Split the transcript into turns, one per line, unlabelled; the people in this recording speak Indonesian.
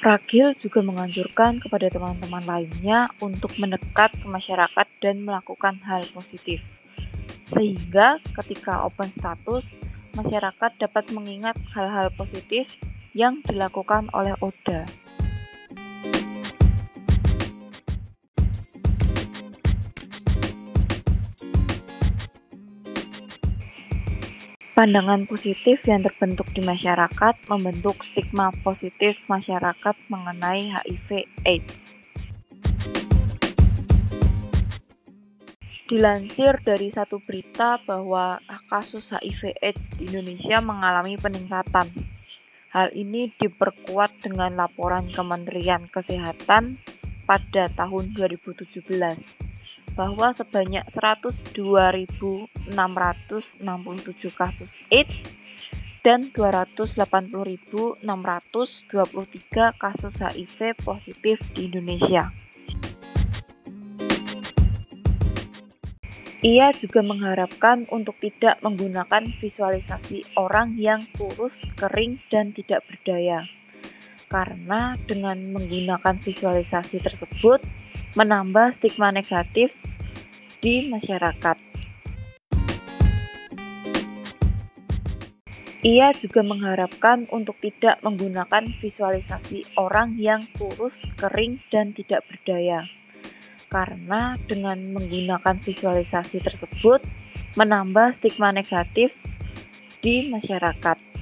Ragil juga menganjurkan kepada teman-teman lainnya untuk mendekat ke masyarakat dan melakukan hal positif, sehingga ketika open status, masyarakat dapat mengingat hal-hal positif yang dilakukan oleh Oda. Pandangan positif yang terbentuk di masyarakat membentuk stigma positif masyarakat mengenai HIV/AIDS. Dilansir dari satu berita bahwa kasus HIV/AIDS di Indonesia mengalami peningkatan. Hal ini diperkuat dengan laporan Kementerian Kesehatan pada tahun 2017 bahwa sebanyak 102.667 kasus AIDS dan 280.623 kasus HIV positif di Indonesia. Ia juga mengharapkan untuk tidak menggunakan visualisasi orang yang kurus, kering, dan tidak berdaya. Karena dengan menggunakan visualisasi tersebut menambah stigma negatif di masyarakat. Ia juga mengharapkan untuk tidak menggunakan visualisasi orang yang kurus, kering, dan tidak berdaya. Karena dengan menggunakan visualisasi tersebut menambah stigma negatif di masyarakat.